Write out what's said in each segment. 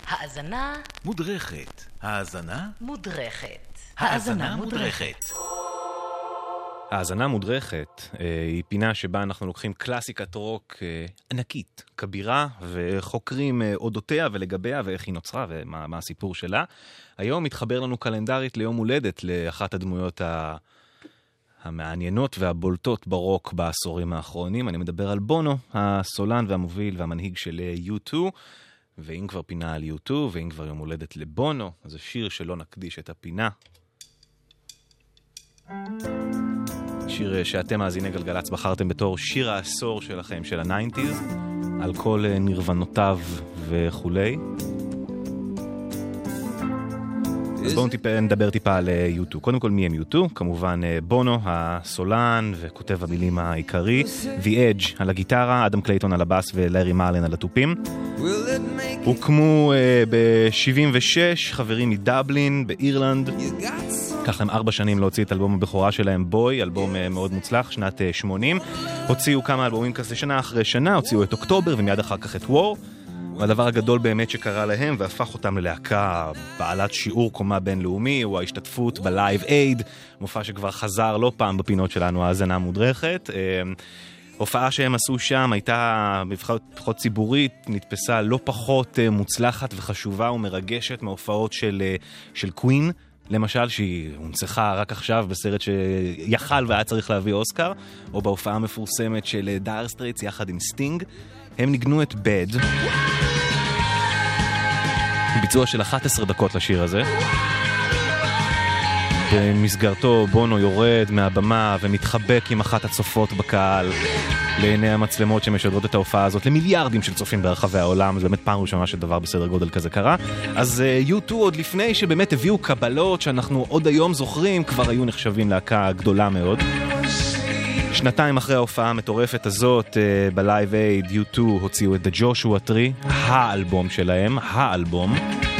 האזנה מודרכת. האזנה מודרכת. האזנה מודרכת. האזנה מודרכת היא פינה שבה אנחנו לוקחים קלאסיקת רוק ענקית, כבירה, וחוקרים אודותיה ולגביה ואיך היא נוצרה ומה הסיפור שלה. היום מתחבר לנו קלנדרית ליום הולדת לאחת הדמויות המעניינות והבולטות ברוק בעשורים האחרונים. אני מדבר על בונו, הסולן והמוביל והמנהיג של U2, ואם כבר פינה על U2 ואם כבר יום הולדת לבונו, אז זה שיר שלא נקדיש את הפינה. שיר שאתם מאזיני גלגלץ בחרתם בתור שיר העשור שלכם, של ה-90s, על כל נרוונותיו וכולי. אז בואו נדבר טיפה על U2. קודם כל, מי הם U2? כמובן בונו, הסולן וכותב המילים העיקרי, The Edge על הגיטרה, אדם קלייטון על הבאס ולארי מרלין על הטופים. הוקמו ב-76, חברים מדבלין באירלנד. לקח להם 4 שנים להוציא את אלבום הבכורה שלהם, בוי, אלבום מאוד מוצלח, שנת 80. הוציאו כמה אלבומים כזה שנה אחרי שנה, הוציאו את אוקטובר ומיד אחר כך את וור. והדבר הגדול באמת שקרה להם והפך אותם ללהקה בעלת שיעור קומה בינלאומי הוא ההשתתפות בלייב אייד, מופע שכבר חזר לא פעם בפינות שלנו, האזנה מודרכת. הופעה שהם עשו שם הייתה בפחות ציבורית, נתפסה לא פחות מוצלחת וחשובה ומרגשת מההופעות של קווין, למשל, שהיא הונצחה רק עכשיו בסרט שיכל והיה צריך להביא אוסקר, או בהופעה המפורסמת של דייר סטרייטס יחד עם סטינג. הם ניגנו את בד, ביצוע של 11 דקות לשיר הזה. במסגרתו בונו יורד מהבמה ומתחבק עם אחת הצופות בקהל לעיני המצלמות שמשדרות את ההופעה הזאת למיליארדים של צופים ברחבי העולם. זה באמת פעם ראשונה שדבר בסדר גודל כזה קרה. אז U2 עוד לפני שבאמת הביאו קבלות שאנחנו עוד היום זוכרים, כבר היו נחשבים להקה גדולה מאוד. 2 אחרי ההופעה המטורפת הזאת בלייב אייד, U2 הוציאו את The Joshua Tree, האלבום שלהם, האלבום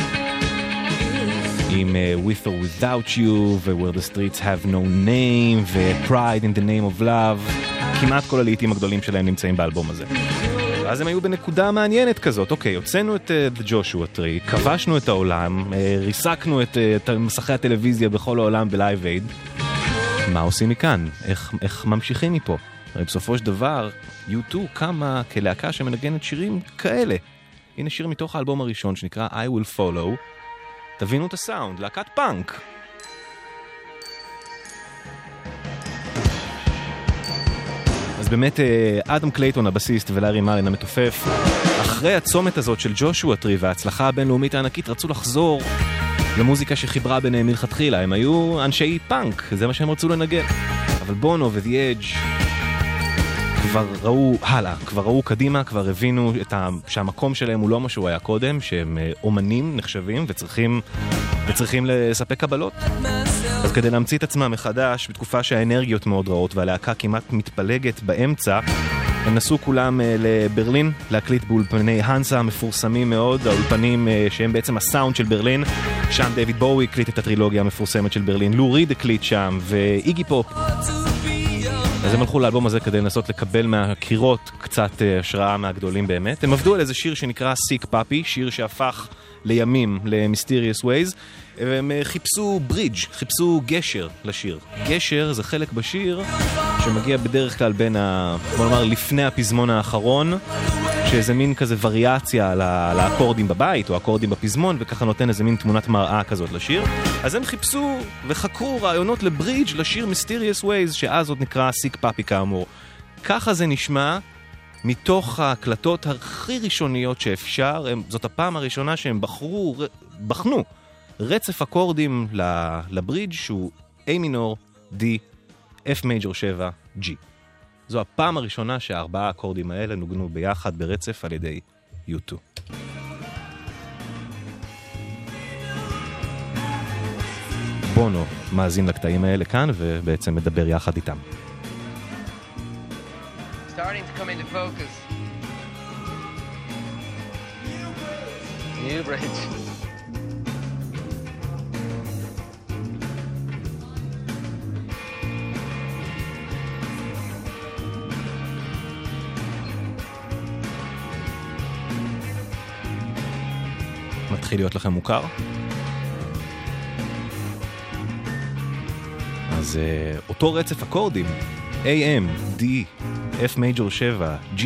עם With or Without You ו-Where the Streets Have No Name ו-Pride in the Name of Love. כמעט כל הלהיטים הגדולים שלהם נמצאים באלבום הזה. אז הם היו בנקודה מעניינת כזאת. אוקיי, הוצאנו את The Joshua Tree, כבשנו את העולם, ריסקנו את מסכי הטלוויזיה בכל העולם בלייב אייד. מה עושים מכאן? איך ממשיכים מפה? הרי בסופו של דבר, U2 קמה כלהקה שמנגנת שירים כאלה. הנה שיר מתוך האלבום הראשון שנקרא I Will Follow. תבינו את הסאונד, להקת פאנק. אז באמת אדם קלייטון הבסיסט ולארי מרלין המתופף, אחרי הצומת הזאת של ג'ושוע טרי וההצלחה הבינלאומית הענקית, רצו לחזור למוזיקה שחיברה ביניהם מלכתחילה. הם היו אנשי פאנק, זה מה שהם רצו לנגן. אבל בונו ו-The Edge כבר ראו הלאה, כבר ראו קדימה, כבר הבינו שהמקום שלהם הוא לא מה שהוא היה קודם, שהם אומנים נחשבים וצריכים לספק קבלות. אז כדי להמציא את עצמם מחדש, בתקופה שהאנרגיות מאוד רעות והלהקה כמעט מתפלגת באמצע, הם נסו כולם לברלין להקליט באולפני הנסה המפורסמים מאוד, האולפנים שהם בעצם הסאונד של ברלין. שם דיוויד בואי הקליט את הטרילוגיה המפורסמת של ברלין, לו ריד הקליט שם ואיגי פופ. אז הם הלכו לאלבום הזה כדי לנסות לקבל מהקירות קצת השראה מהגדולים באמת. הם עבדו על איזה שיר שנקרא Sick Puppy, שיר שהפך לימים ל-Mysterious Ways, והם חיפשו ברידג', חיפשו גשר לשיר. גשר זה חלק בשיר שמגיע בדרך כלל בין בוא נאמר לפני הפזמון האחרון, שאיזה מין כזה וריאציה על האקורדים בבית או האקורדים בפזמון, וככה נותן איזה מין תמונת מראה כזאת לשיר. אז הם חיפשו וחקרו רעיונות לברידג' לשיר Mysterious Ways, שאז עוד נקרא Sick Puppy כאמור. ככה זה נשמע מתוך ההקלטות הכי ראשוניות שאפשר. זאת הפעם הראשונה שהם בחנו רצף אקורדים לברידג' שהוא A מינור, D, F מייג'ור 7, G. זו הפעם הראשונה שה4 האקורדים האלה נוגנו ביחד ברצף על ידי U2. בונו מאזין לקטעים האלה כאן ובעצם מדבר יחד איתם. Starting to come into focus. New bridge. מתחיל להיות לכם מוכר? אז אותו רצף אקורדים, AM, D, F מייג'ור 7, G,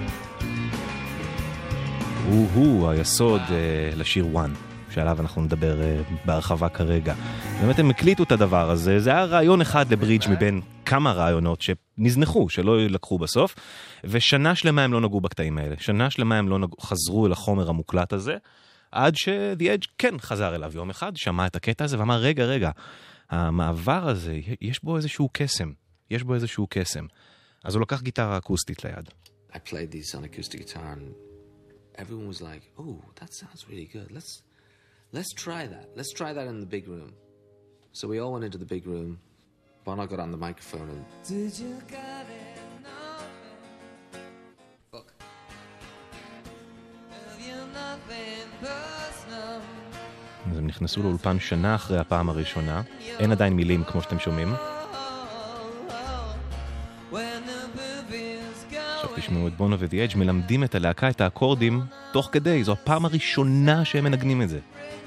הוא היסוד לשיר One, שעליו אנחנו נדבר בהרחבה כרגע. באמת הם הקליטו את הדבר הזה, זה היה רעיון אחד לברידג' מבין כמה רעיונות שנזנחו, שלא לקחו בסוף, ושנה שלמה הם לא נגעו בקטעים האלה, שנה שלמה הם לא חזרו אל החומר המוקלט הזה, עד ש-The Edge כן חזר אליו יום אחד, שמע את הקטע הזה ואמר, רגע, המעבר הזה, יש בו איזשהו קסם. אז הוא לקח גיטרה אקוסטית ליד. I played this on acoustic guitar and everyone was like, oh, that sounds really good. Let's try that. Let's try that in the big room. So we all went into the big room. Bono got on the microphone and... Did you got it? Fuck. אז הם נכנסו לאולפן שנה אחרי הפעם הראשונה. אין עדיין מילים כמו שאתם שומעים. עכשיו תשמעו את בונו ו-The Edge מלמדים את הלהקה, את האקורדים, תוך כדי. זו הפעם הראשונה שהם מנגנים את זה.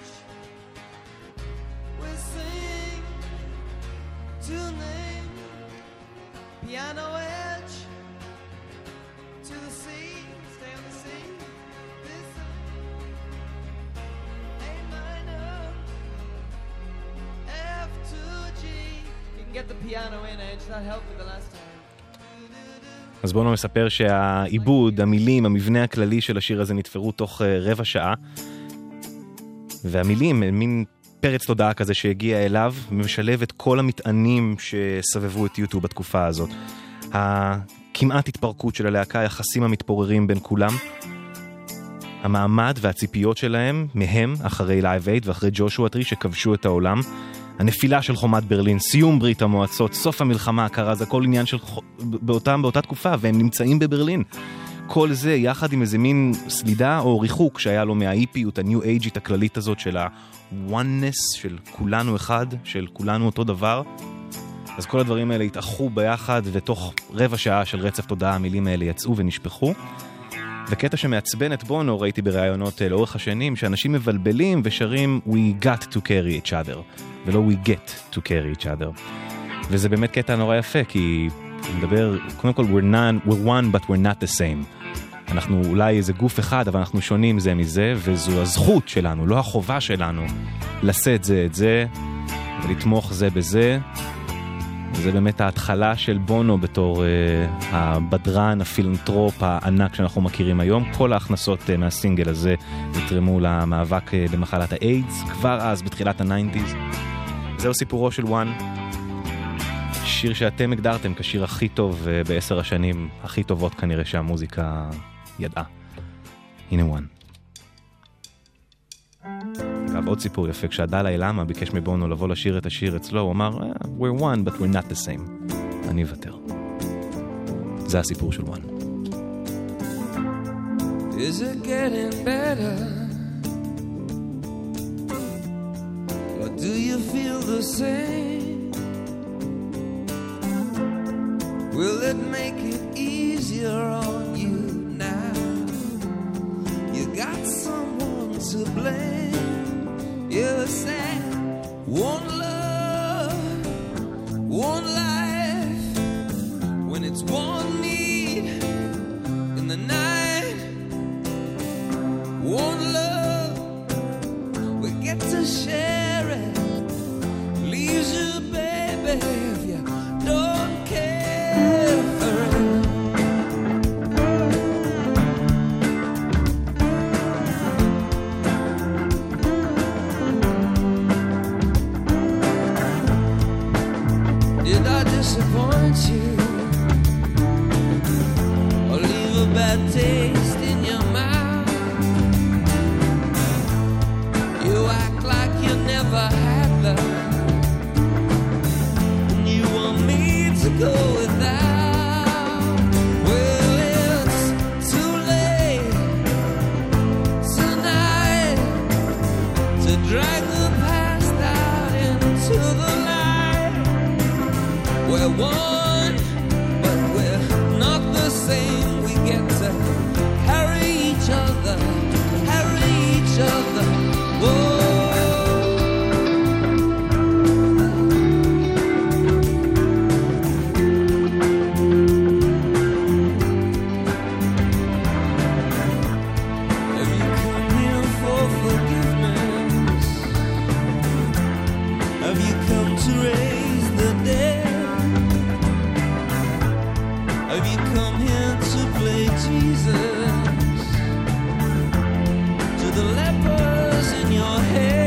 אז בונו מספר שהעיבוד, המילים, המבנה הכללי של השיר הזה נתפרו תוך רבע שעה, והמילים, מין פרץ תודעה כזה שהגיע אליו, משלב את כל המטענים שסבבו את יוטיוב בתקופה הזאת. הכמעט התפרקות של הלהקה, היחסים המתפוררים בין כולם, המעמד והציפיות שלהם מהם אחרי לייב אייד ואחרי ג'ושוע טרי שכבשו את העולם, הנפילה של חומת ברלין, סיום ברית המועצות, סוף המלחמה הקרה, זה הכל עניין של באותה תקופה, והם נמצאים בברלין. כל זה יחד עם איזה מין סלידה או ריחוק שהיה לו מהאיפיות, הניו אייג'ית הכללית הזאת של ה-oneness, של כולנו אחד, של כולנו אותו דבר. אז כל הדברים האלה התאחו ביחד, ותוך רבע שעה של רצף תודעה המילים האלה יצאו ונשפכו. וקטע שמעצבן את בונו, ראיתי בראיונות לאורך השנים, שאנשים מבלבלים ושרים We got to carry each other, ולא We get to carry each other. וזה באמת קטע נורא יפה, כי מדבר, קודם כל, we're one but we're not the same. אנחנו אולי איזה גוף אחד, אבל אנחנו שונים זה מזה, וזו הזכות שלנו, לא החובה שלנו, לשאת זה את זה, ולתמוך זה בזה. וזה באמת ההתחלה של בונו בתור הבדרן, הפילנטרופ הענק שאנחנו מכירים היום. כל ההכנסות מהסינגל הזה יתרמו למאבק במחלת האיידס, כבר אז בתחילת ה-90s. זהו סיפורו של One. שיר שאתם הגדרתם כשיר הכי טוב ב10 השנים, הכי טובות כנראה שהמוזיקה ידעה. הנה One. אגב, עוד סיפור יפה, כשהדלאי למה ביקש מבונו לבוא לשיר את השיר אצלו, הוא אמר, we're one but we're not the same. אני אוותר. זה הסיפור של One. Is it getting better? Or do you feel the same? Will it make it easier on you now? You got someone to blame. You said one love, one life, when it's one need in the night, one love, we get to share it, leaves you baby if you don't care for it. Disappoint you or leave a bad taste in your mouth. You act like you never had love, and you want me to go without. Well, it's too late tonight to drag the past out into the light. We're one, but we're not the same. We get to carry each other, carry each other. the lepers in your hair.